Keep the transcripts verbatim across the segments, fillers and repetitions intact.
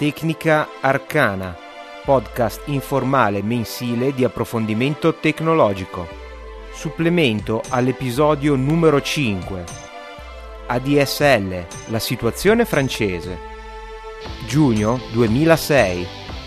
Tecnica Arcana, podcast informale mensile di approfondimento tecnologico. Supplemento all'episodio numero cinque. A D S L, la situazione francese. Giugno duemilasei.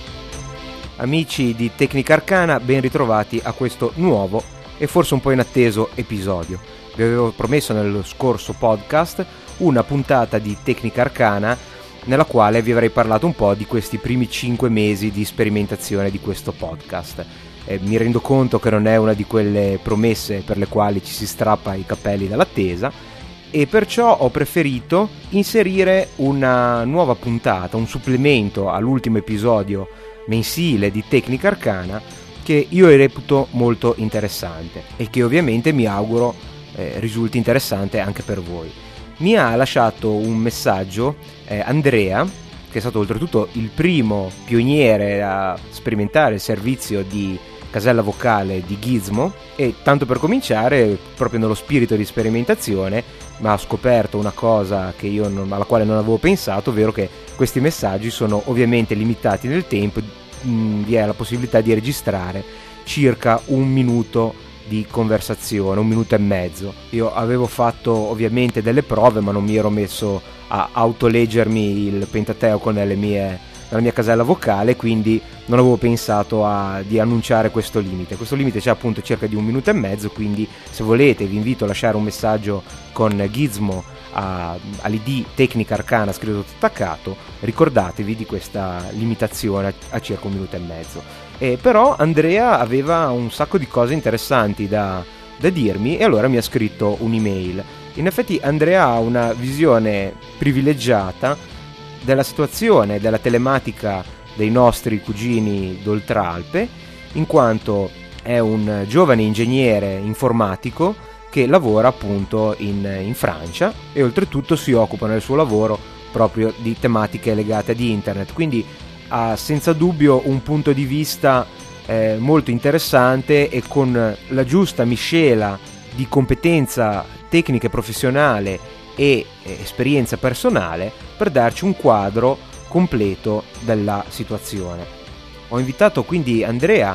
Amici di Tecnica Arcana, ben ritrovati a questo nuovo e forse un po' inatteso episodio. Vi avevo promesso nello scorso podcast una puntata di Tecnica Arcana nella quale vi avrei parlato un po' di questi primi cinque mesi di sperimentazione di questo podcast. Eh, mi rendo conto che non è una di quelle promesse per le quali ci si strappa i capelli dall'attesa e perciò ho preferito inserire una nuova puntata, un supplemento all'ultimo episodio mensile di Tecnica Arcana che io reputo molto interessante e che ovviamente mi auguro eh, risulti interessante anche per voi. Mi ha lasciato un messaggio eh, Andrea, che è stato oltretutto il primo pioniere a sperimentare il servizio di casella vocale di Gizmo, e tanto per cominciare, proprio nello spirito di sperimentazione, mi ha scoperto una cosa che io non, alla quale non avevo pensato, ovvero che questi messaggi sono ovviamente limitati nel tempo. Mh, vi è la possibilità di registrare circa un minuto di conversazione, un minuto e mezzo. Io avevo fatto ovviamente delle prove, ma non mi ero messo a autoleggermi il Pentateuco nelle mie, nella mia casella vocale, quindi non avevo pensato a, di annunciare questo limite. Questo limite c'è appunto circa di un minuto e mezzo, quindi se volete vi invito a lasciare un messaggio con Gizmo all'I D Tecnica Arcana scritto tutto attaccato. Ricordatevi di questa limitazione a, a circa un minuto e mezzo. Eh, però Andrea aveva un sacco di cose interessanti da, da dirmi e allora mi ha scritto un'email. In effetti Andrea ha una visione privilegiata della situazione, della telematica dei nostri cugini d'Oltralpe, in quanto è un giovane ingegnere informatico che lavora appunto in, in Francia e oltretutto si occupa nel suo lavoro proprio di tematiche legate ad internet, quindi ha senza dubbio un punto di vista eh, molto interessante e con la giusta miscela di competenza tecnica e professionale e eh, esperienza personale per darci un quadro completo della situazione. Ho invitato quindi Andrea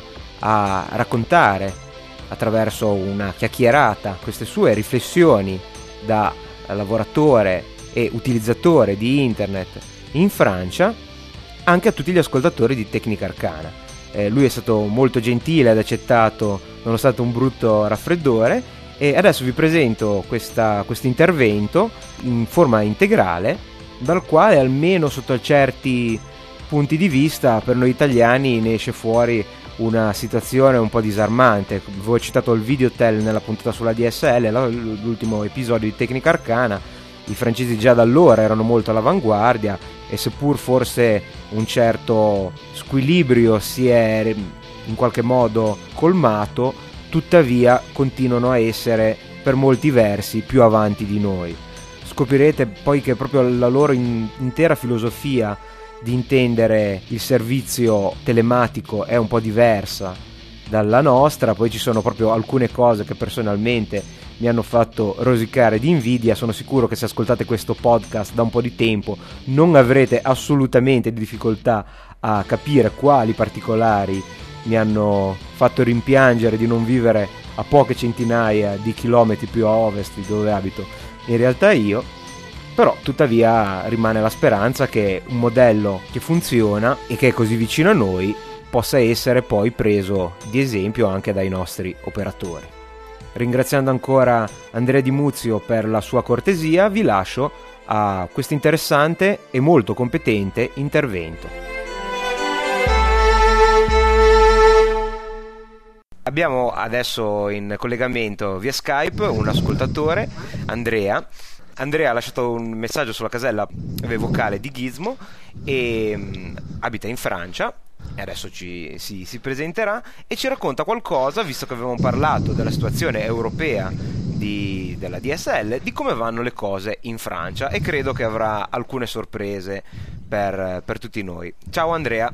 a raccontare attraverso una chiacchierata queste sue riflessioni da lavoratore e utilizzatore di internet in Francia anche a tutti gli ascoltatori di Tecnica Arcana. Eh, lui è stato molto gentile ed accettato nonostante un brutto raffreddore e adesso vi presento questo intervento in forma integrale, dal quale almeno sotto certi punti di vista per noi italiani ne esce fuori una situazione un po' disarmante. Vi ho citato il Videotel nella puntata sulla D S L, l'ultimo episodio di Tecnica Arcana. I francesi già da allora erano molto all'avanguardia e seppur forse un certo squilibrio si è in qualche modo colmato, tuttavia continuano a essere per molti versi più avanti di noi. Scoprirete poi che proprio la loro in, intera filosofia di intendere il servizio telematico è un po' diversa dalla nostra. Poi ci sono proprio alcune cose che personalmente mi hanno fatto rosicare di invidia. Sono sicuro che se ascoltate questo podcast da un po' di tempo non avrete assolutamente difficoltà a capire quali particolari mi hanno fatto rimpiangere di non vivere a poche centinaia di chilometri più a ovest di dove abito in realtà io. Però tuttavia rimane la speranza che un modello che funziona e che è così vicino a noi possa essere poi preso di esempio anche dai nostri operatori. Ringraziando ancora Andrea Di Muzio per la sua cortesia, vi lascio a questo interessante e molto competente intervento. Abbiamo adesso in collegamento via Skype un ascoltatore, Andrea. Andrea ha lasciato un messaggio sulla casella vocale di Gizmo e mh, abita in Francia. E adesso ci, si, si presenterà e ci racconta qualcosa, visto che avevamo parlato della situazione europea di, della D S L, di come vanno le cose in Francia, e credo che avrà alcune sorprese per, per tutti noi. Ciao Andrea.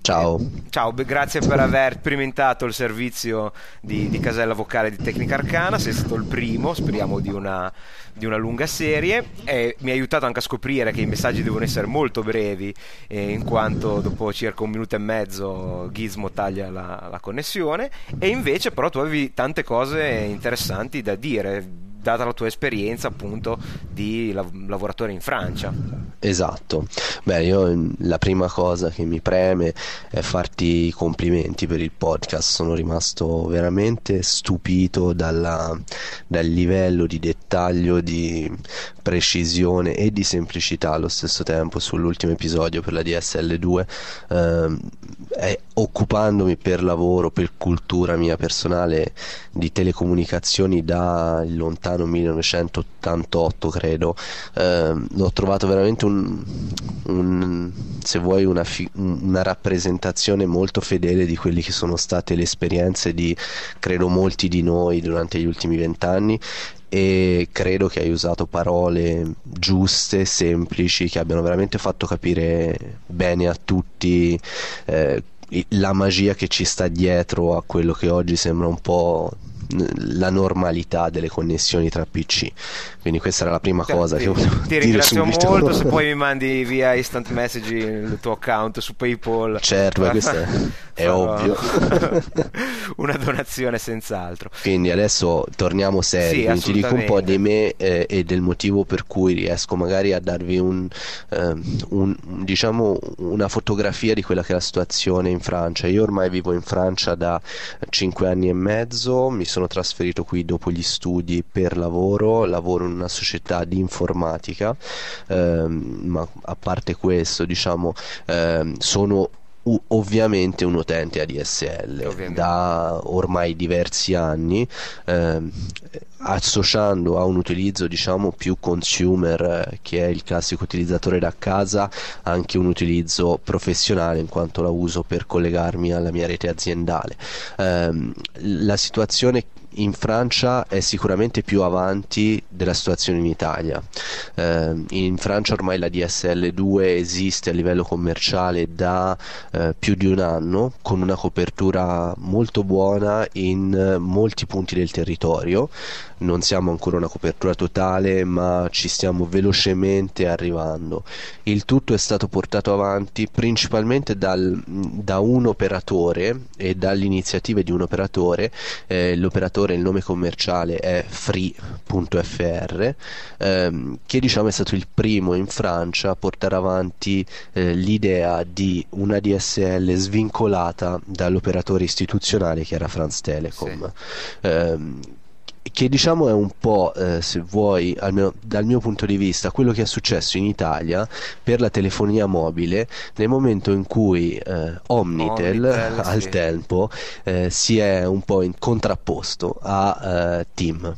Ciao. Eh, ciao, beh, grazie per aver sperimentato il servizio di, di casella vocale di Tecnica Arcana. Sei stato il primo, speriamo di una, di una lunga serie, e mi ha aiutato anche a scoprire che i messaggi devono essere molto brevi, eh, in quanto dopo circa un minuto e mezzo Gizmo taglia la, la connessione. E invece però tu avevi tante cose interessanti da dire, data la tua esperienza appunto di lav- lavoratore in Francia. Esatto. Beh, io la prima cosa che mi preme è farti i complimenti per il podcast. Sono rimasto veramente stupito dalla, dal livello di dettaglio, di precisione e di semplicità allo stesso tempo sull'ultimo episodio per la D S L due, eh, è, occupandomi per lavoro, per cultura mia personale di telecomunicazioni dal lontano millenovecentottantotto, credo. Eh, l'ho trovato veramente un, un se vuoi una, fi- una rappresentazione molto fedele di quelle che sono state le esperienze di, credo, molti di noi durante gli ultimi vent'anni, e credo che hai usato parole giuste, semplici, che abbiano veramente fatto capire bene a tutti eh, la magia che ci sta dietro a quello che oggi sembra un po' la normalità delle connessioni tra P C. Quindi questa era la prima cosa ti, che volevo ti dire ringrazio subito. molto. Se poi mi mandi via instant message il tuo account su PayPal, certo, questo è, è ovvio. Una donazione senz'altro. Quindi adesso torniamo seri, sì, quindi ti dico un po' di me eh, e del motivo per cui riesco magari a darvi un, eh, un diciamo una fotografia di quella che è la situazione in Francia. Io ormai vivo in Francia da cinque anni e mezzo, mi sono trasferito qui dopo gli studi per lavoro, lavoro in una società di informatica, ehm, ma a parte questo, diciamo, ehm, sono U- ovviamente un utente A D S L ovviamente. Da ormai diversi anni, ehm, associando a un utilizzo diciamo più consumer, eh, che è il classico utilizzatore da casa, anche un utilizzo professionale, in quanto la uso per collegarmi alla mia rete aziendale. Ehm, la situazione in Francia è sicuramente più avanti della situazione in Italia. Eh, in Francia ormai la D S L due esiste a livello commerciale da eh, più di un anno, con una copertura molto buona in eh, molti punti del territorio. Non siamo ancora una copertura totale, ma ci stiamo velocemente arrivando. Il tutto è stato portato avanti principalmente dal, da un operatore e dalle iniziative di un operatore. Eh, l'operatore, il nome commerciale è free punto effe erre, ehm, che diciamo è stato il primo in Francia a portare avanti eh, l'idea di una D S L svincolata dall'operatore istituzionale che era France Telecom. Sì. Ehm, che diciamo è un po', eh, se vuoi, almeno dal mio punto di vista, quello che è successo in Italia per la telefonia mobile nel momento in cui eh, Omnitel, Omnitel al sì. tempo eh, si è un po' in contrapposto a eh, TIM,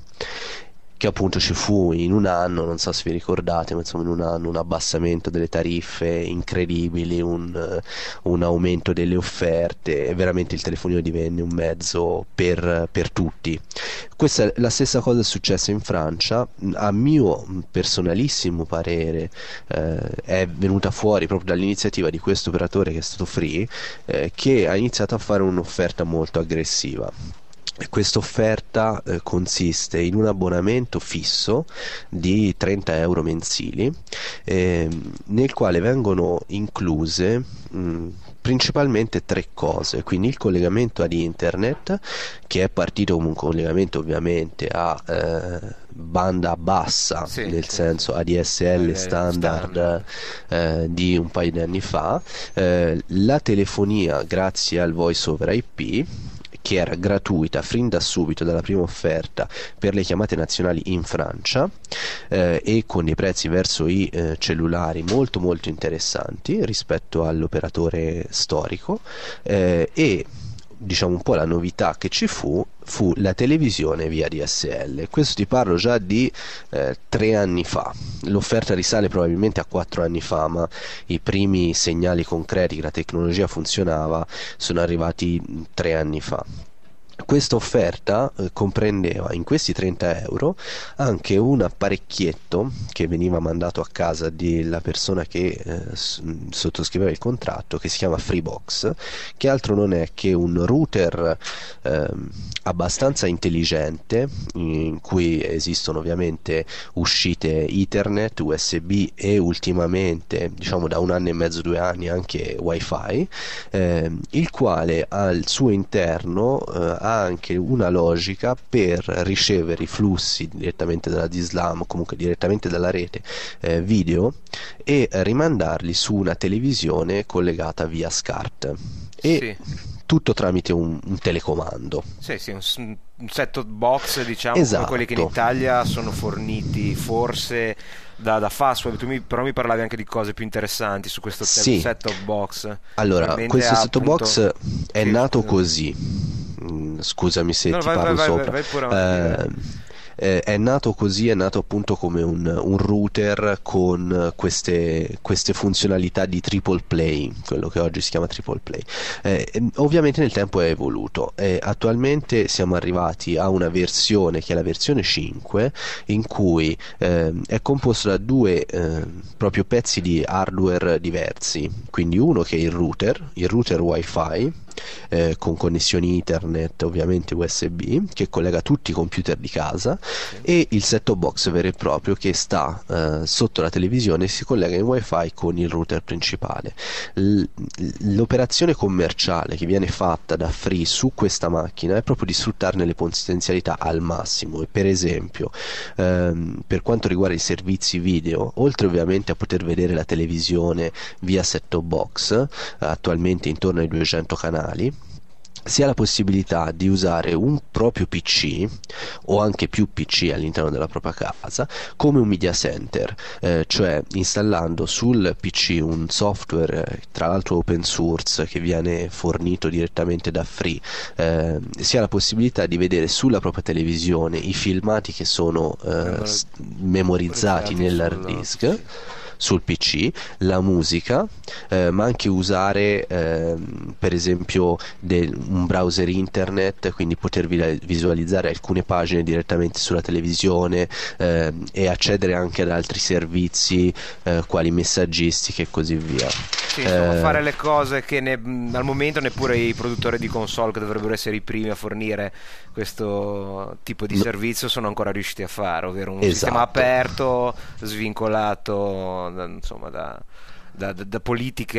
che appunto ci fu in un anno, non so se vi ricordate, ma insomma in un anno un abbassamento delle tariffe incredibili, un, un aumento delle offerte, e veramente il telefonino divenne un mezzo per, per tutti. Questa è la stessa cosa è successa in Francia. A mio personalissimo parere eh, è venuta fuori proprio dall'iniziativa di questo operatore che è stato Free, eh, che ha iniziato a fare un'offerta molto aggressiva. Questa offerta eh, consiste in un abbonamento fisso di trenta euro mensili, eh, nel quale vengono incluse mh, principalmente tre cose. Quindi il collegamento ad internet, che è partito come un collegamento ovviamente a eh, banda bassa, sì, nel sì, senso A D S L sì. standard, standard. Eh, di un paio di anni fa, eh, la telefonia grazie al voice over I P, che era gratuita fin da subito dalla prima offerta per le chiamate nazionali in Francia, eh, e con dei prezzi verso i eh, cellulari molto molto interessanti rispetto all'operatore storico, eh, e diciamo un po' la novità che ci fu fu la televisione via D S L. Questo ti parlo già di eh, tre anni fa. L'offerta risale probabilmente a quattro anni fa, ma i primi segnali concreti che la tecnologia funzionava sono arrivati tre anni fa. Questa offerta eh, comprendeva in questi trenta euro anche un apparecchietto che veniva mandato a casa della persona che eh, s- sottoscriveva il contratto, che si chiama Freebox, che altro non è che un router ehm, abbastanza intelligente, in cui esistono ovviamente uscite Ethernet, U S B e ultimamente, diciamo da un anno e mezzo, due anni, anche Wi-Fi, ehm, il quale al suo interno eh, ha anche una logica per ricevere i flussi direttamente dalla D S L A M, comunque direttamente dalla rete eh, video, e rimandarli su una televisione collegata via SCART, e Sì. tutto tramite un, un telecomando. Sì, sì, un, s- un set-top box, diciamo, come quelli che in Esatto. Italia sono forniti forse da, da Fastweb. Tu mi, però mi parlavi anche di cose più interessanti su questo te- Sì, set-top box. allora, Probabilmente questo ha set-top appunto... box è Sì, nato scusami. così. Mm, scusami se No, ti vai, vai, parlo vai, vai, sopra. vai pure avanti, Eh, vai. eh, è nato così, è nato appunto come un, un router con queste, queste funzionalità di triple play, quello che oggi si chiama triple play. Eh, e ovviamente nel tempo è evoluto, e attualmente siamo arrivati a una versione che è la versione cinque, in cui ehm, è composto da due ehm, proprio pezzi di hardware diversi, quindi uno che è il router, il router Wi-Fi, eh, con connessioni Ethernet, ovviamente U S B, che collega tutti i computer di casa, Sì. e il set-top box vero e proprio che sta eh, sotto la televisione e si collega in Wi-Fi con il router principale. L- l'operazione commerciale che viene fatta da Free su questa macchina è proprio di sfruttarne le potenzialità al massimo, e per esempio ehm, per quanto riguarda i servizi video, oltre ovviamente a poter vedere la televisione via set-top box, eh, attualmente intorno ai duecento canali, si ha la possibilità di usare un proprio P C o anche più P C all'interno della propria casa come un media center, eh, cioè installando sul P C un software, eh, tra l'altro open source, che viene fornito direttamente da Free. Eh, si ha la possibilità di vedere sulla propria televisione i filmati che sono eh, Vengono s- memorizzati memorizzati nell'hard sul disk, P C. sul P C, la musica, eh, ma anche usare ehm, per esempio del- un browser internet, quindi poter vi- visualizzare alcune pagine direttamente sulla televisione, ehm, e accedere anche ad altri servizi eh, quali messaggistica e così via. Sì, insomma, Eh, fare le cose che ne- al momento neppure i produttori di console, che dovrebbero essere i primi a fornire questo tipo di no- servizio, sono ancora riusciti a fare, ovvero un sistema esatto. aperto, svincolato da, insomma, da, da- da- da politiche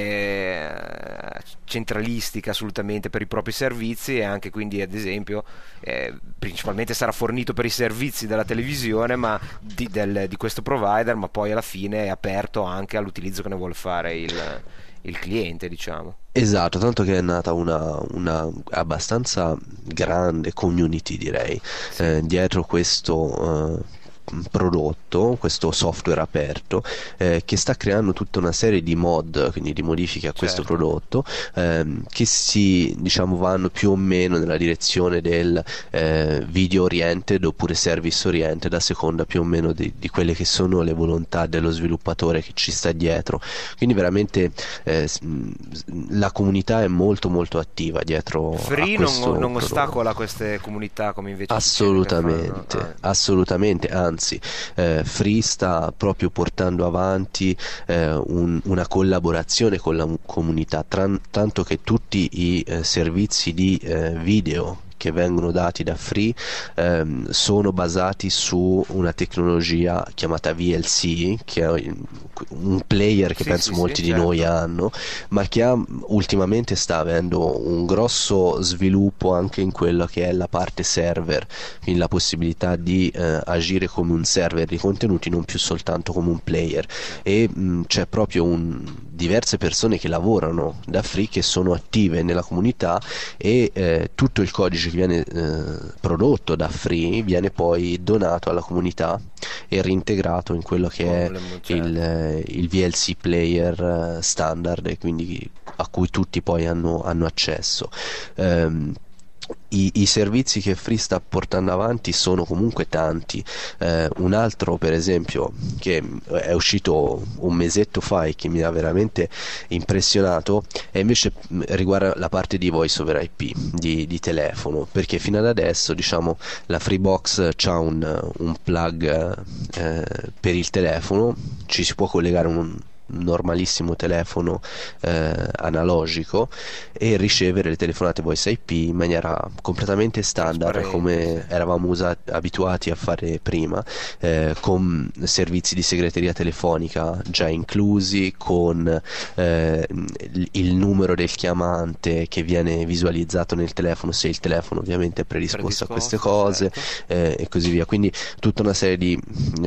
eh, centralistiche assolutamente per i propri servizi, e anche quindi ad esempio eh, principalmente sarà fornito per i servizi della televisione, ma di, del- di questo provider, ma poi alla fine è aperto anche all'utilizzo che ne vuole fare il, il cliente, diciamo. Esatto, tanto che è nata una, una abbastanza grande community, direi, Sì, eh, dietro questo eh, prodotto, questo software aperto, eh, che sta creando tutta una serie di mod, quindi di modifiche a questo certo. prodotto, ehm, che si, diciamo, vanno più o meno nella direzione del eh, video oriented oppure service oriented, a seconda più o meno di, di quelle che sono le volontà dello sviluppatore che ci sta dietro. Quindi veramente eh, s- mh, la comunità è molto molto attiva dietro a Free non, questo non prodotto. ostacola queste comunità come invece succede che fanno. Assolutamente, Ah, assolutamente, anzi, eh, Free sta proprio portando avanti eh, un- una collaborazione con la mu- comunità, tran- tanto che tutti i eh, servizi di eh, video che vengono dati da Free ehm, sono basati su una tecnologia chiamata V L C, che è un player che sì, penso sì, sì, molti di certo. noi hanno, ma che ha, ultimamente sta avendo un grosso sviluppo anche in quello che è la parte server, quindi la possibilità di eh, agire come un server di contenuti, non più soltanto come un player. E mh, c'è proprio un, diverse persone che lavorano da Free, che sono attive nella comunità, e eh, tutto il codice che viene eh, prodotto da Free viene poi donato alla comunità e reintegrato in quello che è Con le- certo. il, eh, il V L C player eh, standard, e quindi a cui tutti poi hanno, hanno accesso. Ehm, I, i servizi che Free sta portando avanti sono comunque tanti. Eh, un altro per esempio che è uscito un mesetto fa e che mi ha veramente impressionato è invece riguarda la parte di voice over I P di, di telefono, perché fino ad adesso diciamo la Freebox c'ha un, un plug eh, per il telefono, ci si può collegare un normalissimo telefono eh, analogico e ricevere le telefonate voice I P in maniera completamente standard come eravamo usati, abituati a fare prima, eh, con servizi di segreteria telefonica già inclusi, con eh, il numero del chiamante che viene visualizzato nel telefono se il telefono ovviamente è predisposto, predisposto a queste cose, certo. eh, e così via. Quindi tutta una serie di,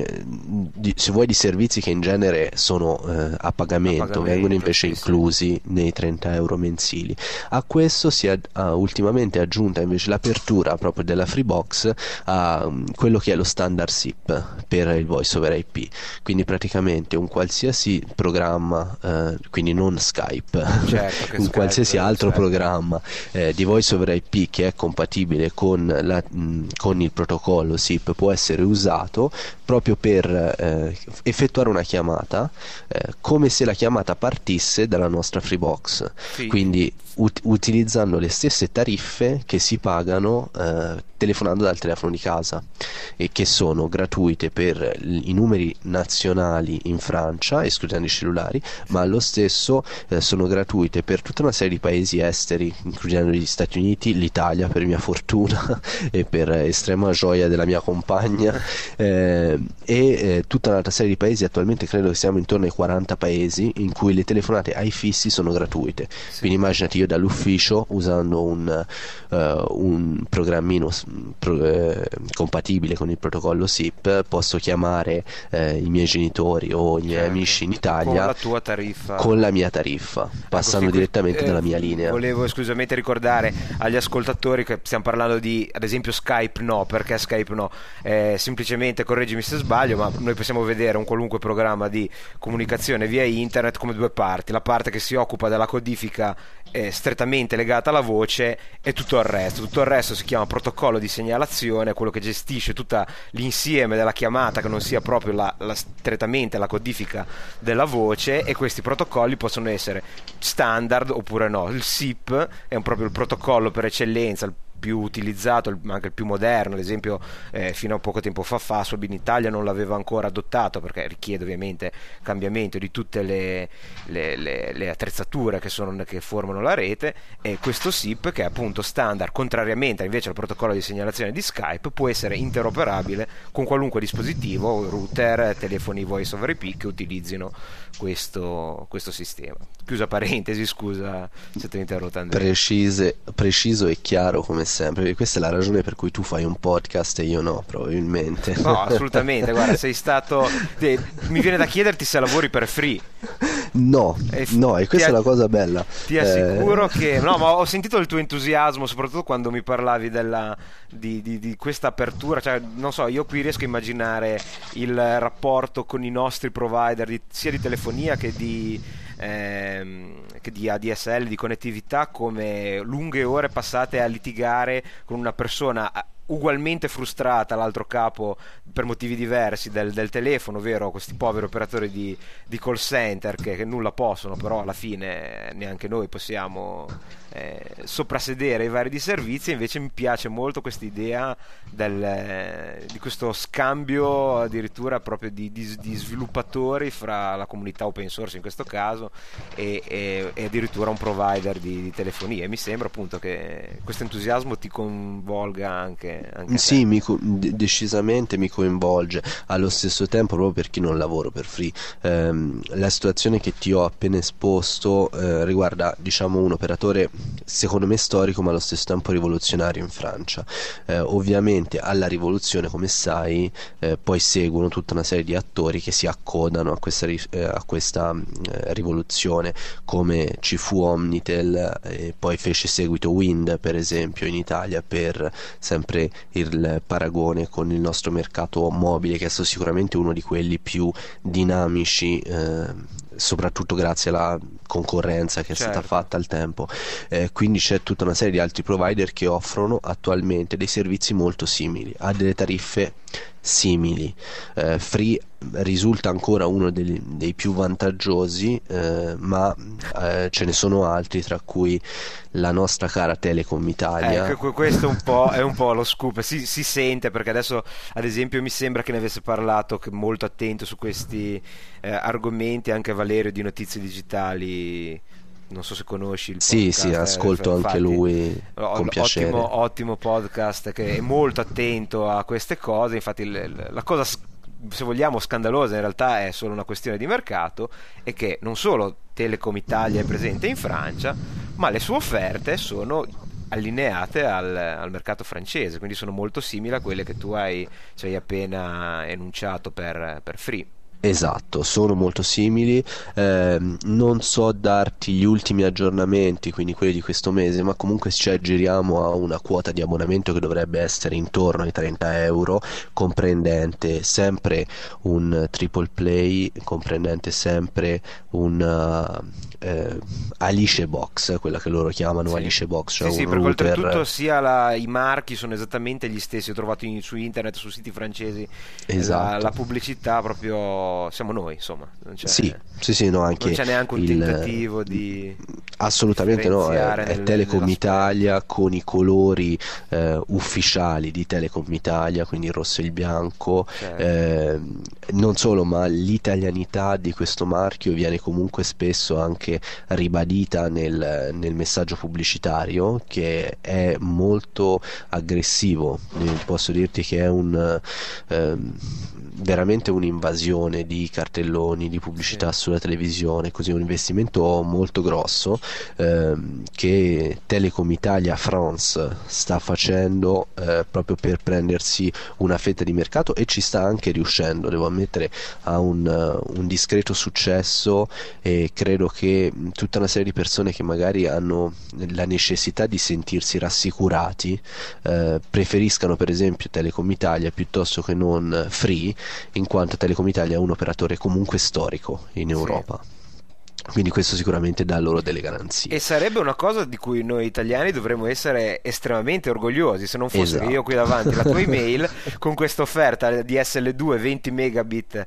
di se vuoi di servizi che in genere sono eh, a pagamento, a pagamento vengono invece sì, inclusi sì. nei trenta euro mensili. A questo si è ha ultimamente aggiunta invece l'apertura proprio della Freebox a um, quello che è lo standard S I P per il voice over I P, quindi praticamente un qualsiasi programma, eh, quindi non Skype, certo, un Skype, qualsiasi altro certo. programma eh, di voice over I P che è compatibile con, la, mh, con il protocollo S I P può essere usato proprio per eh, effettuare una chiamata eh, come se la chiamata partisse dalla nostra Freebox, sì. quindi ut- utilizzando le stesse tariffe che si pagano eh, telefonando dal telefono di casa e che sono gratuite per i numeri nazionali in Francia, escludendo i cellulari, ma allo stesso eh, sono gratuite per tutta una serie di paesi esteri, includendo gli Stati Uniti, l'Italia per mia fortuna e per estrema gioia della mia compagna, eh, e eh, tutta un'altra serie di paesi. Attualmente credo che siamo intorno ai quaranta paesi in cui le telefonate ai fissi sono gratuite, sì. quindi immaginati io dall'ufficio usando un, uh, un programmino pro, eh, compatibile con il protocollo S I P posso chiamare eh, i miei genitori o i miei certo. amici in Italia con la tua tariffa, con la mia tariffa, passando ecco, direttamente eh, dalla mia linea. Volevo esclusivamente ricordare agli ascoltatori che stiamo parlando di, ad esempio, Skype no, perché Skype no, eh, semplicemente, correggimi se sbaglio, ma noi possiamo vedere un qualunque programma di comunicazione via internet come due parti: la parte che si occupa della codifica eh, strettamente legata alla voce e tutto il resto. Tutto il resto si chiama protocollo di segnalazione, quello che gestisce tutto l'insieme della chiamata che non sia proprio la, la, strettamente la codifica della voce, e questi protocolli possono essere standard oppure no. Il S I P è un, proprio il protocollo per eccellenza, il più utilizzato, ma anche il più moderno. Ad esempio eh, fino a poco tempo fa Fastweb in Italia non l'aveva ancora adottato, perché richiede ovviamente cambiamento di tutte le, le, le, le attrezzature che, sono, che formano la rete, e questo S I P, che è appunto standard, contrariamente invece al protocollo di segnalazione di Skype, può essere interoperabile con qualunque dispositivo, router, telefoni voice over I P che utilizzino questo, questo sistema. Chiusa parentesi, scusa se ti ho interrotto, Andrea. Precise, preciso e chiaro come sempre. Questa è la ragione per cui tu fai un podcast e io no, probabilmente. No, assolutamente. Guarda, sei stato eh, mi viene da chiederti se lavori per free. No, e f- no, e questa è la cosa bella. Ti assicuro eh... che no, ma ho sentito il tuo entusiasmo, soprattutto quando mi parlavi della di, di, di questa apertura. Cioè, non so, io qui riesco a immaginare il rapporto con i nostri provider di, sia di telefonia che di ehm, che di A D S L, di connettività, come lunghe ore passate a litigare con una persona ugualmente frustrata all'altro capo per motivi diversi del, del telefono, ovvero questi poveri operatori di, di call center che, che nulla possono, però alla fine neanche noi possiamo eh, soprassedere ai vari di servizi. Invece mi piace molto questa idea del, eh, di questo scambio addirittura proprio di, di, di sviluppatori fra la comunità open source in questo caso e, e, e addirittura un provider di, di telefonia. E mi sembra appunto che questo entusiasmo ti coinvolga anche. Anche sì, mi co- decisamente mi coinvolge. Allo stesso tempo, proprio per chi non lavoro per free, ehm, la situazione che ti ho appena esposto eh, riguarda, diciamo, un operatore secondo me storico ma allo stesso tempo rivoluzionario in Francia. Eh, ovviamente alla rivoluzione, come sai, eh, poi seguono tutta una serie di attori che si accodano a questa, ri- eh, a questa eh, rivoluzione, come ci fu Omnitel e poi fece seguito Wind, per esempio, in Italia, per sempre il paragone con il nostro mercato mobile, che è stato sicuramente uno di quelli più dinamici eh, soprattutto grazie alla concorrenza che è Certo. stata fatta al tempo. Eh, quindi c'è tutta una serie di altri provider che offrono attualmente dei servizi molto simili, a delle tariffe simili. Eh, Free risulta ancora uno dei, dei più vantaggiosi, eh, ma eh, ce ne sono altri, tra cui la nostra cara Telecom Italia. Ecco, questo un po' è un po' lo scoop, si, si sente, perché adesso ad esempio mi sembra che ne avesse parlato, che molto attento su questi eh, argomenti, anche Valerio di Notizie Digitali. Non so se conosci il podcast. Sì, sì, ascolto eh, anche infatti, lui con piacere. Ottimo, ottimo podcast che è molto attento a queste cose. Infatti l- la cosa, se vogliamo, scandalosa in realtà è solo una questione di mercato, è che non solo Telecom Italia è presente in Francia, ma le sue offerte sono allineate al, al mercato francese, quindi sono molto simili a quelle che tu hai, ci hai appena enunciato per, per Free. Esatto, sono molto simili. Ehm, non so darti gli ultimi aggiornamenti, quindi quelli di questo mese, ma comunque ci aggiriamo a una quota di abbonamento che dovrebbe essere intorno ai trenta euro, comprendente sempre un triple play, comprendente sempre un uh, eh, Alice Box, quella che loro chiamano Sì. Alice Box, cioè Sì, sì, un perché router. oltretutto sia la- i marchi sono esattamente gli stessi. Ho trovato in- su internet, su siti francesi, la, Esatto. la pubblicità proprio siamo noi, insomma, non c'è, Sì, sì, sì, no, anche non c'è neanche un il- tentativo di assolutamente no, è, differenziare è nel- Telecom nell'aspetto. Italia con i colori eh, ufficiali di Telecom Italia, quindi il rosso e il bianco. Certo. Eh, non solo, ma l'italianità di questo marchio viene comunque spesso anche ribadita nel, nel messaggio pubblicitario, che è molto aggressivo. Eh, posso dirti che è un ehm, veramente un'invasione di cartelloni, di pubblicità Sì. sulla televisione, così un investimento molto grosso ehm, che Telecom Italia France sta facendo eh, proprio per prendersi una fetta di mercato, e ci sta anche riuscendo, devo ammettere, ha un, uh, un discreto successo, e credo che tutta una serie di persone che magari hanno la necessità di sentirsi rassicurati eh, preferiscano per esempio Telecom Italia piuttosto che non Free, in quanto Telecom Italia è un operatore comunque storico in Sì. Europa. Quindi questo sicuramente dà loro delle garanzie. E sarebbe una cosa di cui noi italiani dovremmo essere estremamente orgogliosi, se non fosse Esatto. che io qui davanti la tua email con questa offerta di S L due venti megabit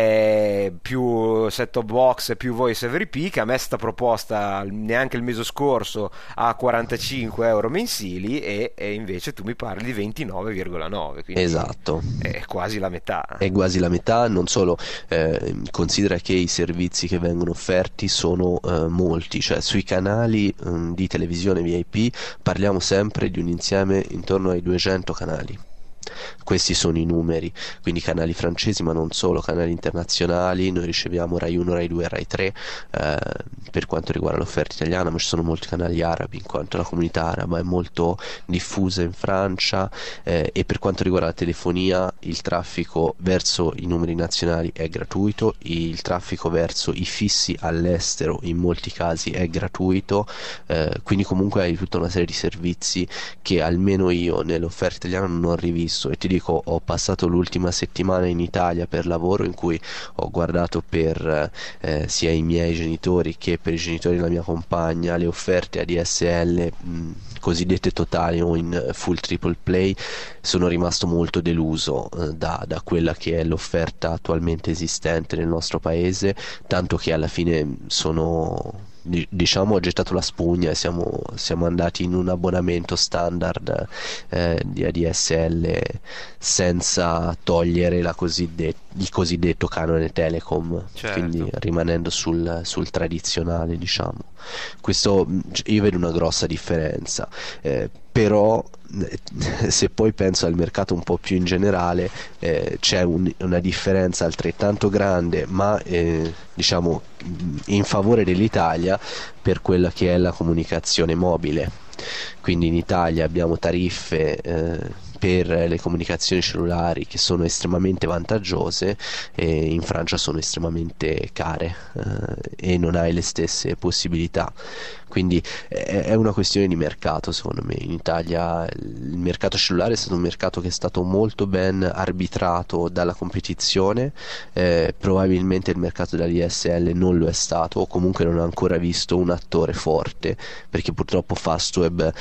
eh, più set-top box più voice over I P, che a me è stata proposta neanche il mese scorso a quarantacinque euro mensili, e, e invece tu mi parli di ventinove virgola nove, quindi Esatto. è quasi la metà. È quasi la metà. Non solo, eh, considera che i servizi che vengono offerti sono eh, molti, cioè sui canali mm, di televisione V I P parliamo sempre di un insieme intorno ai duecento canali. Questi sono i numeri, quindi canali francesi, ma non solo, canali internazionali. Noi riceviamo Rai uno, Rai due, Rai tre eh, per quanto riguarda l'offerta italiana, ma ci sono molti canali arabi, in quanto la comunità araba è molto diffusa in Francia. Eh, e per quanto riguarda la telefonia, il traffico verso i numeri nazionali è gratuito, il traffico verso i fissi all'estero in molti casi è gratuito, eh, quindi comunque hai tutta una serie di servizi che almeno io nell'offerta italiana non ho rivisto. E ti dico, ho passato l'ultima settimana in Italia per lavoro, in cui ho guardato per eh, sia i miei genitori che per i genitori della mia compagna le offerte A D S L mh, cosiddette totali o in full triple play. Sono rimasto molto deluso eh, da, da quella che è l'offerta attualmente esistente nel nostro paese, tanto che alla fine sono, diciamo, ho gettato la spugna e siamo, siamo andati in un abbonamento standard eh, di A D S L, senza togliere la cosiddetta, il cosiddetto canone Telecom. Certo. Quindi rimanendo sul, sul tradizionale, diciamo. Questo, io vedo una grossa differenza, eh, però se poi penso al mercato un po' più in generale, eh, c'è un, una differenza altrettanto grande, ma eh, diciamo in favore dell'Italia, per quella che è la comunicazione mobile. Quindi in Italia abbiamo tariffe eh, per le comunicazioni cellulari, che sono estremamente vantaggiose, e in Francia sono estremamente care, eh, e non hai le stesse possibilità. Quindi è, è una questione di mercato, secondo me. In Italia il mercato cellulare è stato un mercato che è stato molto ben arbitrato dalla competizione, eh, probabilmente il mercato della D S L non lo è stato, o comunque non ha ancora visto un attore forte, perché purtroppo Fastweb,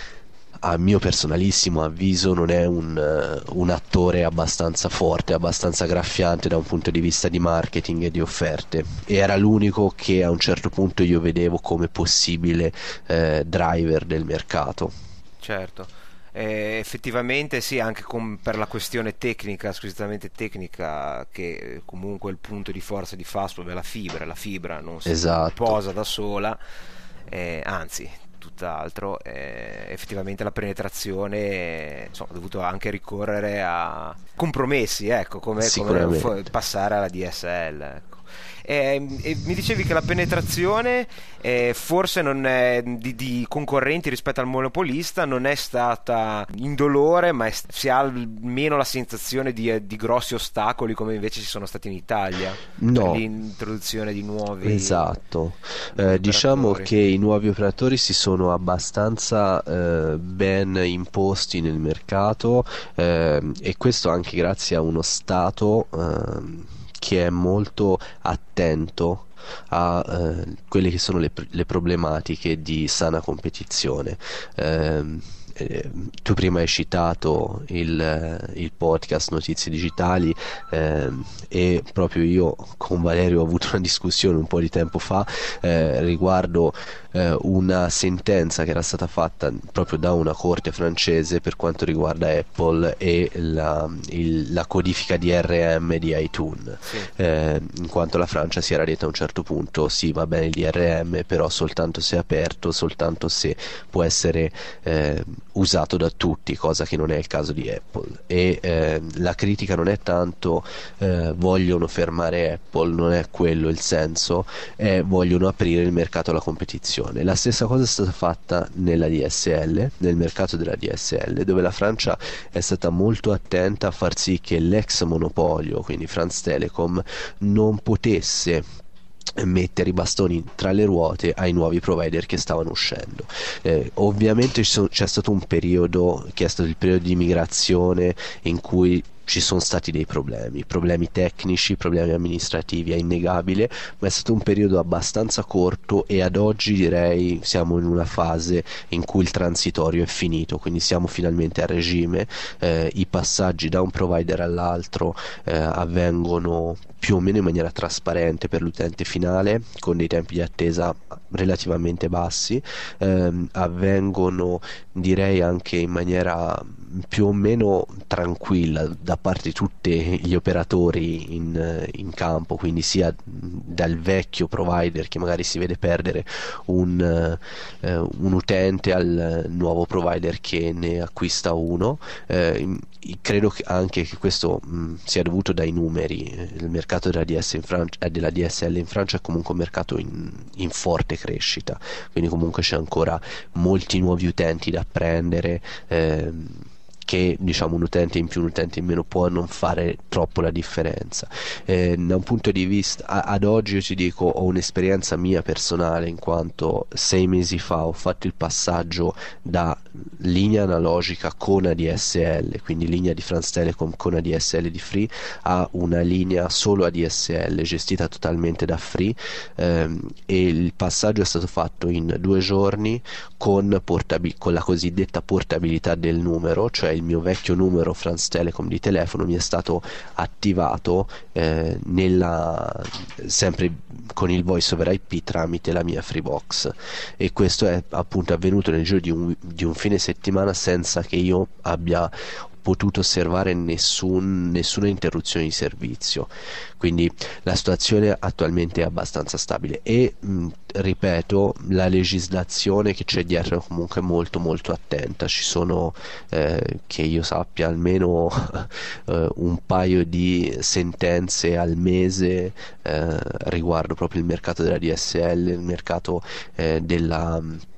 a mio personalissimo avviso, non è un, uh, un attore abbastanza forte, abbastanza graffiante da un punto di vista di marketing e di offerte, e era l'unico che a un certo punto io vedevo come possibile eh, driver del mercato. Certo. Eh, effettivamente sì, anche con, per la questione tecnica, squisitamente tecnica, che comunque il punto di forza di Fastweb è la fibra, la fibra non si Esatto. posa da sola, eh, anzi tutt'altro. Eh, effettivamente la penetrazione, insomma, ha dovuto anche ricorrere a compromessi, ecco, come, come f- passare alla D S L, ecco. Eh, e mi dicevi che la penetrazione eh, forse non è, di, di concorrenti rispetto al monopolista non è stata indolore, ma è, si ha almeno la sensazione di, di grossi ostacoli come invece ci sono stati in Italia, no, per l'introduzione di nuovi. Esatto, eh, diciamo che i nuovi operatori si sono abbastanza eh, ben imposti nel mercato, eh, e questo anche grazie a uno Stato eh, che è molto attento a eh, quelle che sono le, le problematiche di sana competizione. Eh, eh, tu prima hai citato il, il podcast Notizie Digitali, eh, e proprio io con Valerio ho avuto una discussione un po' di tempo fa eh, riguardo eh, una sentenza che era stata fatta proprio da una corte francese per quanto riguarda Apple e la, il, la codifica di R M di iTunes, sì. eh, in quanto la Francia si era detta a un certo punto: sì, va bene il D R M, però soltanto se è aperto, soltanto se può essere eh, usato da tutti, cosa che non è il caso di Apple. E eh, la critica non è tanto eh, vogliono fermare Apple, non è quello il senso, è vogliono aprire il mercato alla competizione. La stessa cosa è stata fatta nella D S L, nel mercato della D S L, dove la Francia è stata molto attenta a far sì che l'ex monopolio, quindi France Telecom, non potesse mettere i bastoni tra le ruote ai nuovi provider che stavano uscendo. Eh, ovviamente c'è stato un periodo che è stato il periodo di migrazione in cui ci sono stati dei problemi, problemi tecnici, problemi amministrativi, è innegabile, ma è stato un periodo abbastanza corto e ad oggi direi siamo in una fase in cui il transitorio è finito, quindi siamo finalmente a regime, eh, i passaggi da un provider all'altro eh, avvengono più o meno in maniera trasparente per l'utente finale, con dei tempi di attesa relativamente bassi, ehm, avvengono direi anche in maniera più o meno tranquilla da parte di tutti gli operatori in, in campo, quindi sia dal vecchio provider che magari si vede perdere un, eh, un utente al nuovo provider che ne acquista uno. Eh, credo che anche che questo mh, sia dovuto dai numeri. Il mercato della D S in Francia, eh, della D S L in Francia è comunque un mercato in, in forte crescita, quindi comunque c'è ancora molti nuovi utenti da prendere, ehm, che diciamo un utente in più, un utente in meno può non fare troppo la differenza. Eh, da un punto di vista a, ad oggi io ti dico, ho un'esperienza mia personale, in quanto sei mesi fa ho fatto il passaggio da linea analogica con A D S L, quindi linea di France Telecom con A D S L di Free, a una linea solo A D S L gestita totalmente da Free, ehm, e il passaggio è stato fatto in due giorni con, portabil- con la cosiddetta portabilità del numero, cioè il mio vecchio numero France Telecom di telefono mi è stato attivato eh, nella, sempre con il voice over I P tramite la mia Freebox, e questo è appunto avvenuto nel giro di un, di un fine settimana senza che io abbia potuto osservare nessun, nessuna interruzione di servizio. Quindi la situazione attualmente è abbastanza stabile e mh, ripeto, la legislazione che c'è dietro è comunque molto molto attenta. Ci sono eh, che io sappia almeno eh, un paio di sentenze al mese eh, riguardo proprio il mercato della D S L, il mercato eh, della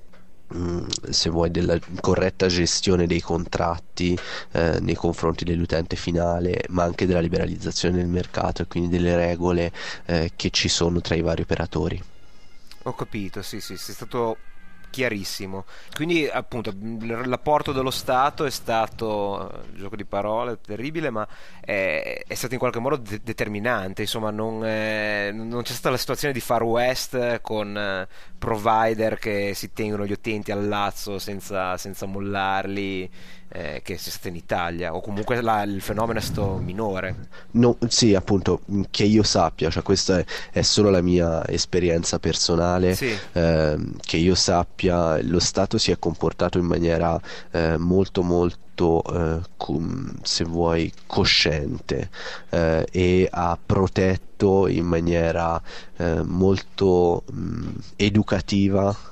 se vuoi, della corretta gestione dei contratti eh, nei confronti dell'utente finale, ma anche della liberalizzazione del mercato e quindi delle regole eh, che ci sono tra i vari operatori. Ho capito, sì, sì, sei stato chiarissimo. Quindi appunto l'apporto dello Stato è stato, gioco di parole terribile, ma è, è stato in qualche modo de- determinante, insomma non, è, non c'è stata la situazione di Far West con eh, provider che si tengono gli utenti al lazzo senza, senza mollarli, eh, che c'è stata in Italia, o comunque la, il fenomeno è stato minore. No, sì, appunto, che io sappia, cioè questa è, è solo la mia esperienza personale, Sì. ehm, che io sappia, lo Stato si è comportato in maniera eh, molto molto eh, com- se vuoi cosciente, eh, e ha protetto in maniera eh, molto mh, educativa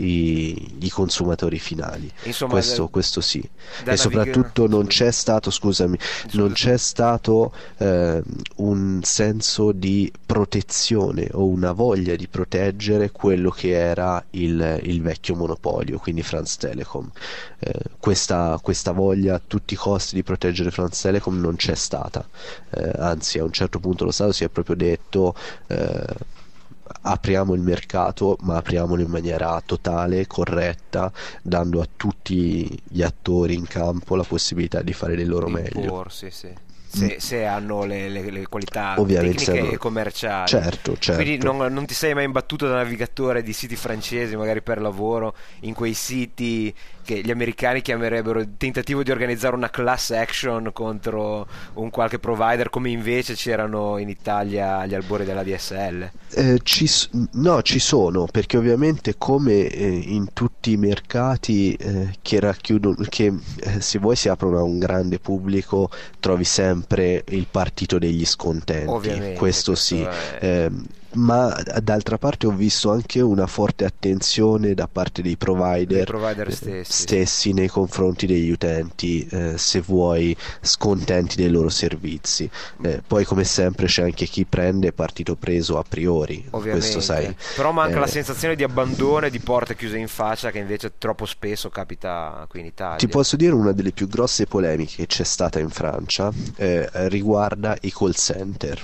i, i consumatori finali. Insomma, Questo, da- questo sì. da E naviga- soprattutto non scusa. c'è stato, scusami, non c'è stato eh, un senso di protezione o una voglia di proteggere quello che era il, il vecchio monopolio, quindi France Telecom. Eh, questa, questa voglia a tutti i costi di proteggere France Telecom non c'è stata. Eh, anzi, a un certo punto lo Stato si è proprio detto eh, apriamo il mercato, ma apriamolo in maniera totale, corretta, dando a tutti gli attori in campo la possibilità di fare del loro meglio. Imporsi, sì. Se, se hanno le, le- le qualità Ovviamente tecniche hanno- e commerciali. Certo, certo. Quindi non, non ti sei mai imbattuto da navigatore di siti francesi, magari per lavoro, in quei siti che gli americani chiamerebbero tentativo di organizzare una class action contro un qualche provider, come invece c'erano in Italia agli albori della D S L. Eh, ci, s- no, ci sono, perché ovviamente come eh, in tutti i mercati eh, che racchiudono, che eh, se vuoi si aprono a un grande pubblico, trovi sempre il partito degli scontenti. Ovviamente, questo questo sì. è- Ehm, ma d'altra parte ho visto anche una forte attenzione da parte dei provider, Dei provider eh, stessi. stessi nei confronti degli utenti, eh, se vuoi, scontenti dei loro servizi. Eh, poi come sempre c'è anche chi prende partito preso a priori, Ovviamente, questo sai. però manca eh, la sensazione di abbandono e di porte chiuse in faccia che invece troppo spesso capita qui in Italia. Ti posso dire, una delle più grosse polemiche che c'è stata in Francia eh, riguarda i call center,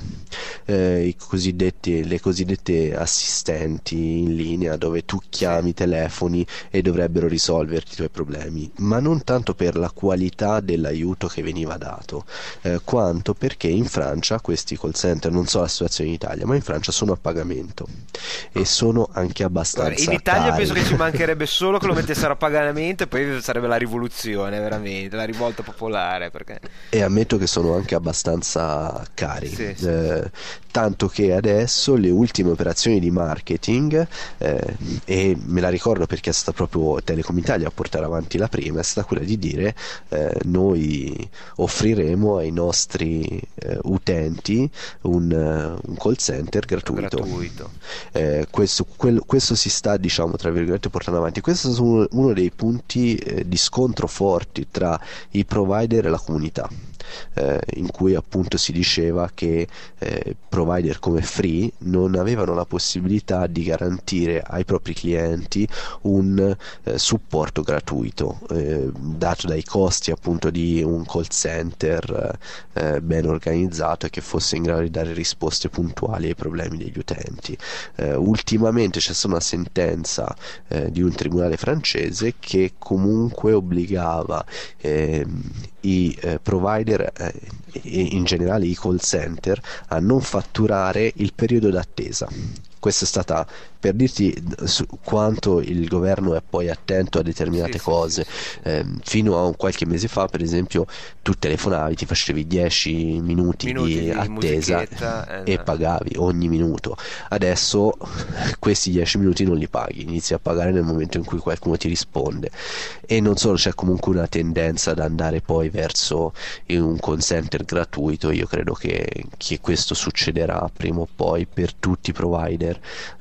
eh, i cosiddetti, le cosiddette assistenti in linea, dove tu chiami, telefoni e dovrebbero risolverti i tuoi problemi, ma non tanto per la qualità dell'aiuto che veniva dato, eh, quanto perché in Francia questi call center, non so la situazione in Italia, ma in Francia sono a pagamento e sono anche abbastanza Guarda, in Italia cari. penso che ci mancherebbe solo che lo mettessero a pagamento e poi sarebbe la rivoluzione, veramente, la rivolta popolare, perché E ammetto che sono anche abbastanza cari, Sì, sì, eh, tanto che adesso le ultime operazioni di marketing, eh, e me la ricordo perché è stata proprio Telecom Italia a portare avanti la prima, è stata quella di dire eh, noi offriremo ai nostri eh, utenti un, eh, un call center gratuito. gratuito. Eh, questo, quello- questo si sta, diciamo, tra virgolette, portando avanti. Questo è uno, uno dei punti eh, di scontro forti tra i provider e la comunità, eh, in cui appunto si diceva che eh, provider come Free non avevano la possibilità di garantire ai propri clienti un eh, supporto gratuito, eh, dato dai costi appunto di un call center eh, ben organizzato e che fosse in grado di dare risposte puntuali ai problemi degli utenti. Eh, ultimamente c'è stata una sentenza eh, di un tribunale francese che comunque obbligava ehm, i eh, provider eh, e in generale i call center a non fatturare il periodo d'attesa. Questa è stata per dirti su quanto il governo è poi attento a determinate Sì, sì, cose. sì, sì, sì. Eh, fino a un qualche mese fa, per esempio, tu telefonavi, ti facevi dieci minuti, Minuti di di attesa musichetta, e eh, pagavi ogni minuto. Adesso questi dieci minuti non li paghi, inizi a pagare nel momento in cui qualcuno ti risponde. E non solo, c'è comunque una tendenza ad andare poi verso un call center gratuito. Io credo che, che questo succederà prima o poi per tutti i provider, eh,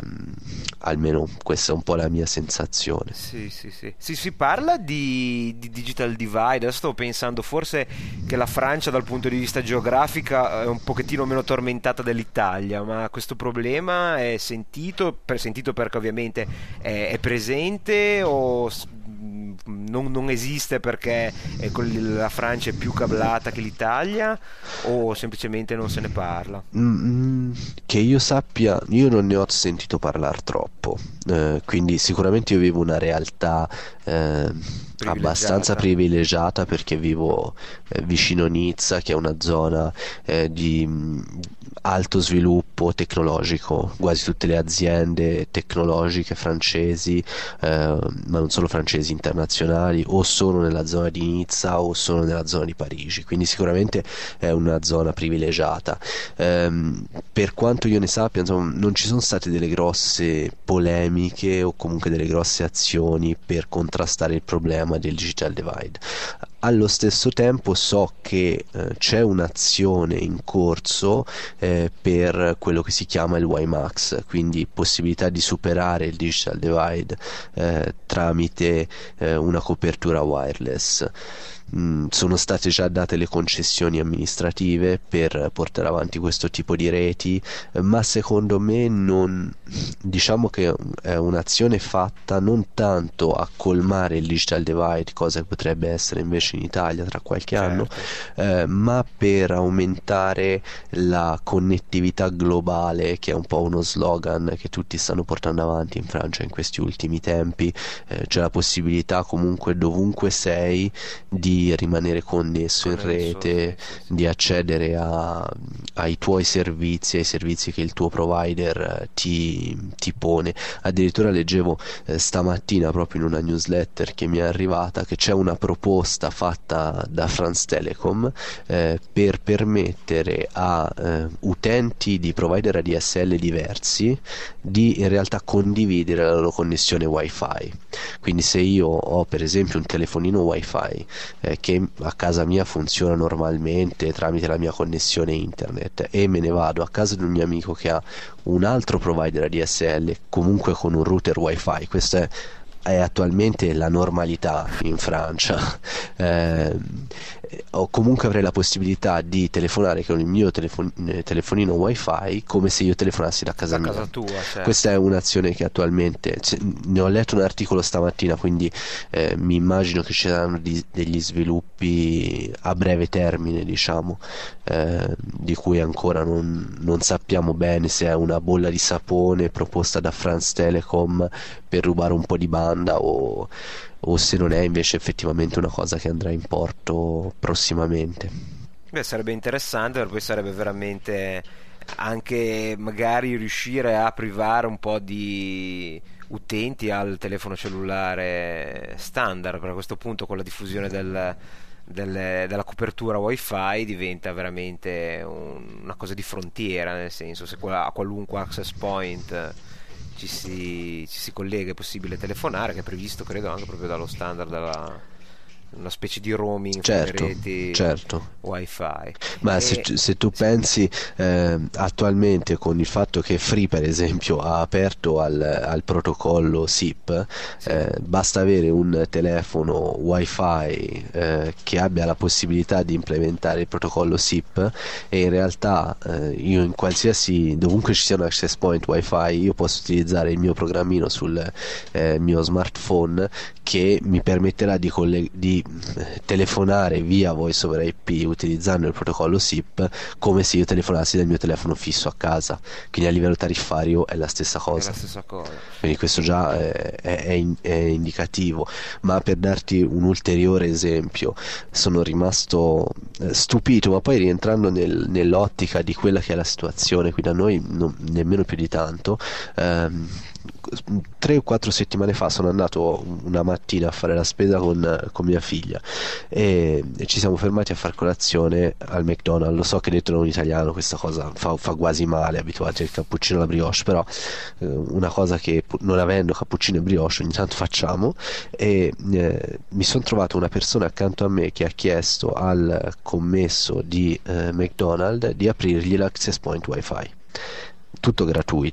almeno questa è un po' la mia sensazione. Sì, sì, sì. Sì, si parla di, di digital divide. Adesso stavo pensando forse che la Francia dal punto di vista geografico è un pochettino meno tormentata dell'Italia, ma questo problema è sentito, per, sentito perché ovviamente è, è presente o s- non, non esiste perché è col- la Francia è più cablata che l'Italia o semplicemente non se ne parla? Mm, che io sappia, io non ne ho sentito parlare troppo, eh, quindi sicuramente io vivo una realtà eh, abbastanza privilegiata perché vivo eh, vicino Nizza, che è una zona eh, di mh, alto sviluppo tecnologico. Quasi tutte le aziende tecnologiche francesi, eh, ma non solo francesi, internazionali, o sono nella zona di Nizza o sono nella zona di Parigi, quindi sicuramente è una zona privilegiata. Ehm, per quanto io ne sappia, insomma, non ci sono state delle grosse polemiche o comunque delle grosse azioni per contrastare il problema del digital divide. Allo stesso tempo so che eh, c'è un'azione in corso eh, per quello che si chiama il WiMAX, quindi possibilità di superare il digital divide eh, tramite eh, una copertura wireless. Mm, sono state già date le concessioni amministrative per portare avanti questo tipo di reti, eh, ma secondo me non, diciamo che è un'azione fatta non tanto a colmare il digital divide, cosa che potrebbe essere invece in Italia tra qualche Certo. anno, eh, ma per aumentare la connettività globale, che è un po' uno slogan che tutti stanno portando avanti in Francia in questi ultimi tempi. Eh, c'è la possibilità comunque dovunque sei di rimanere connesso in Connesso, rete, sì, sì, sì. di accedere a, ai tuoi servizi, ai servizi che il tuo provider eh, ti, ti pone. Addirittura leggevo eh, stamattina proprio in una newsletter che mi è arrivata che c'è una proposta fatta da France Telecom eh, per permettere a eh, utenti di provider A D S L diversi di in realtà condividere la loro connessione wifi. Quindi se io ho per esempio un telefonino wifi eh, che a casa mia funziona normalmente tramite la mia connessione internet e me ne vado a casa di un mio amico che ha un altro provider A D S L comunque con un router wifi, questo è è attualmente la normalità in Francia, eh, o comunque avrei la possibilità di telefonare con il mio telefon- telefonino wifi come se io telefonassi da casa Da mia. casa tua, certo. Questa è un'azione che attualmente, cioè, ne ho letto un articolo stamattina, quindi eh, mi immagino che ci saranno di- degli sviluppi a breve termine, diciamo, eh, di cui ancora non, non sappiamo bene se è una bolla di sapone proposta da France Telecom per rubare un po' di banda o, o se non è invece effettivamente una cosa che andrà in porto prossimamente. Beh, sarebbe interessante, perché poi sarebbe veramente anche magari riuscire a privare un po' di utenti al telefono cellulare standard, perché a questo punto con la diffusione del, del- della copertura wifi diventa veramente un- una cosa di frontiera, nel senso se qua- a qualunque access point ci si, ci si collega è possibile telefonare, che è previsto credo anche proprio dallo standard della una specie di roaming fra le Certo, reti certo. wifi. Ma se, E se tu pensi eh, attualmente con il fatto che Free per esempio ha aperto al, al protocollo S I P, sì, eh, basta avere un telefono wifi eh, che abbia la possibilità di implementare il protocollo S I P e in realtà eh, io in qualsiasi, dovunque ci sia un access point wifi, io posso utilizzare il mio programmino sul eh, mio smartphone che mi permetterà di, coll- di eh, telefonare via voice over I P utilizzando il protocollo S I P come se io telefonassi dal mio telefono fisso a casa, quindi a livello tariffario è la stessa è cosa, la stessa cosa. quindi questo già è, è- è in- è indicativo. Ma per darti un ulteriore esempio, sono rimasto eh, stupito, ma poi rientrando nel- nell'ottica di quella che è la situazione qui da noi, non- nemmeno più di tanto. ehm, Tre o quattro settimane fa sono andato una mattina a fare la spesa con, con mia figlia e, e ci siamo fermati a far colazione al McDonald's. Lo so che detto da un italiano questa cosa fa, fa quasi male, abituati al cappuccino e alla brioche, però eh, una cosa che pu- non avendo cappuccino e brioche ogni tanto facciamo. E eh, mi sono trovato una persona accanto a me che ha chiesto al commesso di eh, McDonald's di aprirgli l'access point wifi, tutto gratuito,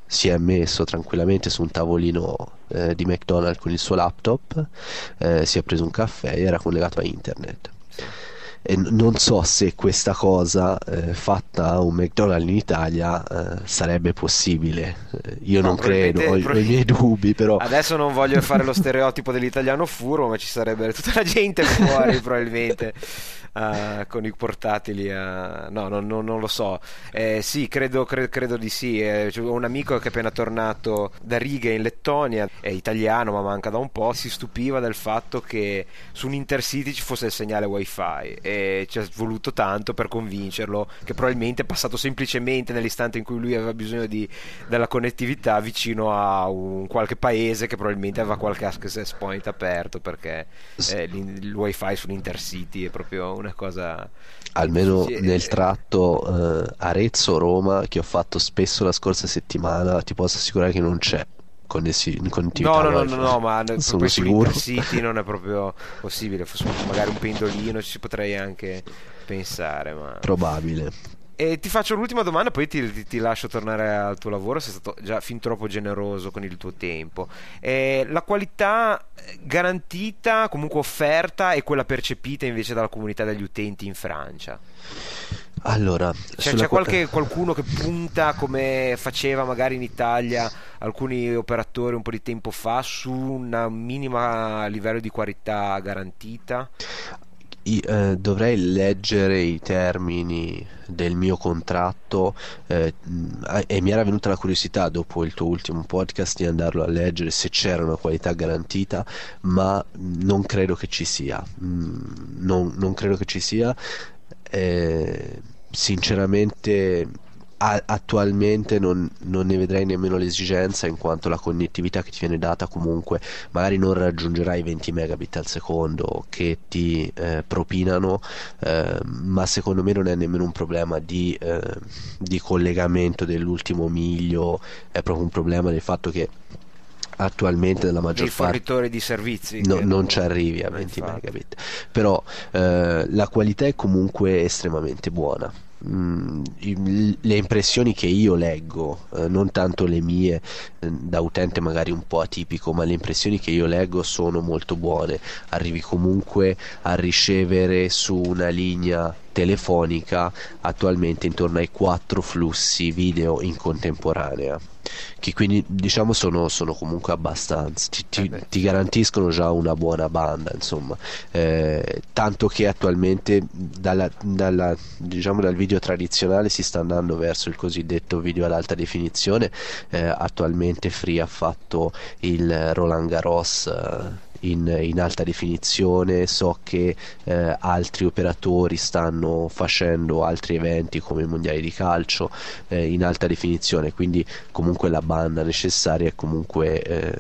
si è messo tranquillamente su un tavolino eh, di McDonald's con il suo laptop, eh, si è preso un caffè e era collegato a internet. E n- non so se questa cosa eh, fatta a un McDonald's in Italia eh, sarebbe possibile. Eh, io No, non credo, ho, i- probabilmente ho i miei dubbi, però adesso non voglio fare lo stereotipo dell'italiano furbo, ma ci sarebbe tutta la gente fuori probabilmente eh, con i portatili. eh, No, no, no, non lo so. Eh, sì, credo, cre- credo di sì. Eh, c'è un amico che è appena tornato da Riga in Lettonia, è italiano ma manca da un po', si stupiva del fatto che su un Intercity ci fosse il segnale wifi e ci è voluto tanto per convincerlo che probabilmente è passato semplicemente nell'istante in cui lui aveva bisogno di, della connettività vicino a un qualche paese che probabilmente aveva qualche access point aperto, perché eh, l'in- il wifi sull'Intercity è proprio una cosa almeno sì, nel eh, tratto eh, Arezzo-Roma che ho fatto spesso la scorsa settimana, ti posso assicurare che non c'è connessi- connettività no no no no, wifi. no ma ne- Sono poi sicuro. sull'Intercity non è proprio possibile. Fosse magari un pendolino ci potrei anche pensare, ma Probabile. e ti faccio l'ultima domanda, poi ti, ti- ti lascio tornare al tuo lavoro, sei stato già fin troppo generoso con il tuo tempo. Eh, la qualità garantita, comunque offerta, e quella percepita invece dalla comunità degli utenti in Francia. Allora, Cioè, sulla c'è qua- qualche, qualcuno che punta come faceva magari in Italia alcuni operatori un po' di tempo fa su un minima livello di qualità garantita? I- eh, dovrei leggere i termini del mio contratto eh, mh, e mi era venuta la curiosità dopo il tuo ultimo podcast di andarlo a leggere se c'era una qualità garantita, ma mh, non credo che ci sia. Mm, non, non credo che ci sia. Eh, sinceramente a- attualmente non, non ne vedrei nemmeno l'esigenza, in quanto la connettività che ti viene data comunque magari non raggiungerà i venti megabit al secondo che ti eh, propinano, eh, ma secondo me non è nemmeno un problema di, eh, di collegamento dell'ultimo miglio, è proprio un problema del fatto che attualmente nella maggior Dei parte fornitori di servizi no- che non ci arrivi a eh, venti infatti. megabit, però eh, la qualità è comunque estremamente buona. Mm, i- le impressioni che io leggo, eh, non tanto le mie eh, da utente magari un po' atipico, ma le impressioni che io leggo sono molto buone. Arrivi comunque a ricevere su una linea telefonica attualmente intorno ai quattro flussi video in contemporanea, che quindi diciamo sono, sono comunque abbastanza, ti, ti- Eh beh. ti garantiscono già una buona banda, insomma. Eh, tanto che attualmente dalla, dalla- diciamo dal video tradizionale si sta andando verso il cosiddetto video ad alta definizione. Eh, attualmente Free ha fatto il Roland Garros eh, in, in alta definizione. So che eh, altri operatori stanno facendo altri eventi come i mondiali di calcio eh, in alta definizione, quindi comunque la banda necessaria è comunque eh,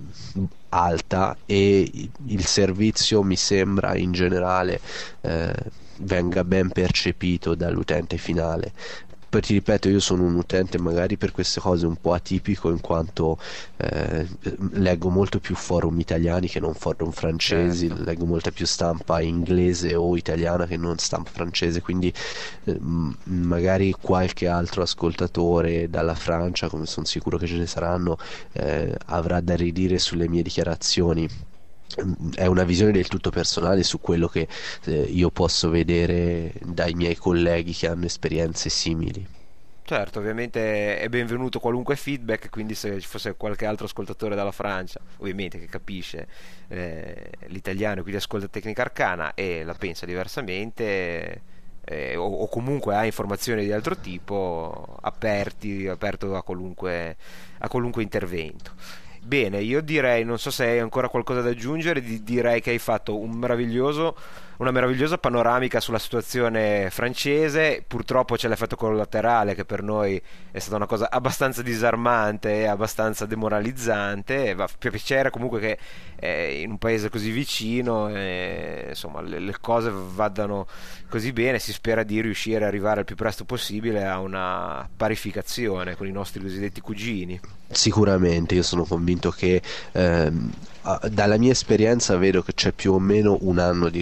alta, e il servizio mi sembra in generale eh, venga ben percepito dall'utente finale. Poi ti ripeto, io sono un utente magari per queste cose un po' atipico, in quanto eh, leggo molto più forum italiani che non forum francesi, Certo. leggo molta più stampa inglese o italiana che non stampa francese, quindi eh, m- magari qualche altro ascoltatore dalla Francia, come sono sicuro che ce ne saranno, eh, avrà da ridire sulle mie dichiarazioni. È una visione del tutto personale su quello che eh, io posso vedere dai miei colleghi che hanno esperienze simili. Certo, ovviamente è benvenuto qualunque feedback, quindi se ci fosse qualche altro ascoltatore dalla Francia, ovviamente che capisce eh, l'italiano e quindi ascolta Tecnica Arcana e la pensa diversamente, eh, o, o comunque ha informazioni di altro tipo, aperti, aperto a qualunque, a qualunque intervento. Bene, io direi, non so se hai ancora qualcosa da aggiungere, di- direi che hai fatto un meraviglioso, una meravigliosa panoramica sulla situazione francese. Purtroppo c'è l'effetto collaterale che per noi è stata una cosa abbastanza disarmante e abbastanza demoralizzante. Va fa piacere comunque che eh, in un paese così vicino eh, insomma le, le cose vadano così bene. Si spera di riuscire ad arrivare il più presto possibile a una parificazione con i nostri cosiddetti cugini. Sicuramente, io sono convinto che ehm, a- dalla mia esperienza vedo che c'è più o meno un anno di ritardo.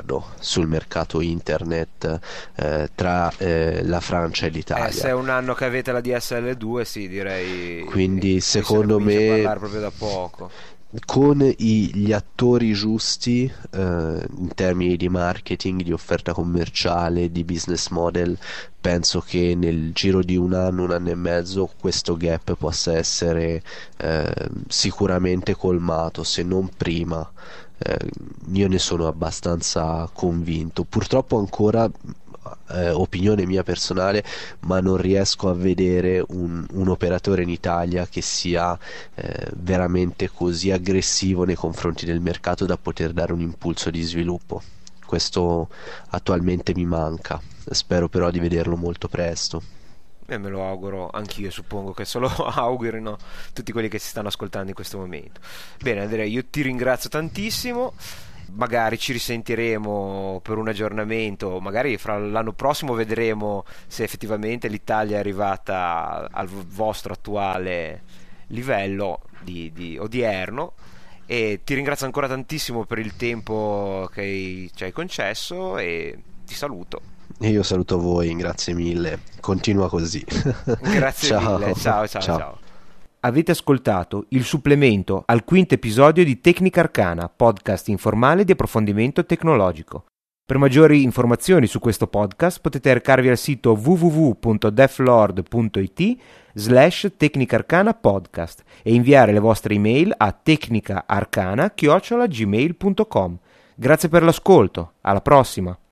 accordo sul mercato internet eh, tra eh, la Francia e l'Italia. Eh, se è un anno che avete la D S L due, sì, direi. Quindi secondo se ne comincia me a parlare proprio da poco. Con i, gli attori giusti eh, in termini di marketing, di offerta commerciale, di business model, penso che nel giro di un anno, un anno e mezzo questo gap possa essere eh, sicuramente colmato, se non prima. Eh, io ne sono abbastanza convinto. Purtroppo ancora Eh, opinione mia personale, ma non riesco a vedere un, un operatore in Italia che sia eh, veramente così aggressivo nei confronti del mercato da poter dare un impulso di sviluppo. Questo attualmente mi manca, spero però di vederlo molto presto. E me lo auguro anch'io, suppongo che se lo augurino tutti quelli che si stanno ascoltando in questo momento. Bene Andrea, io ti ringrazio tantissimo. Magari ci risentiremo per un aggiornamento, magari fra l'anno prossimo vedremo se effettivamente l'Italia è arrivata al vostro attuale livello di, di odierno, e ti ringrazio ancora tantissimo per il tempo che ci hai concesso e ti saluto. E io saluto voi, grazie mille, continua così. Grazie ciao. mille, ciao ciao ciao, ciao. Avete ascoltato il supplemento al quinto episodio di Tecnica Arcana, podcast informale di approfondimento tecnologico. Per maggiori informazioni su questo podcast potete recarvi al sito w w w punto deflord punto i t slash tecnicarcana podcast e inviare le vostre email a tecnicaarcana chiocciola gmail punto com. Grazie per l'ascolto, alla prossima!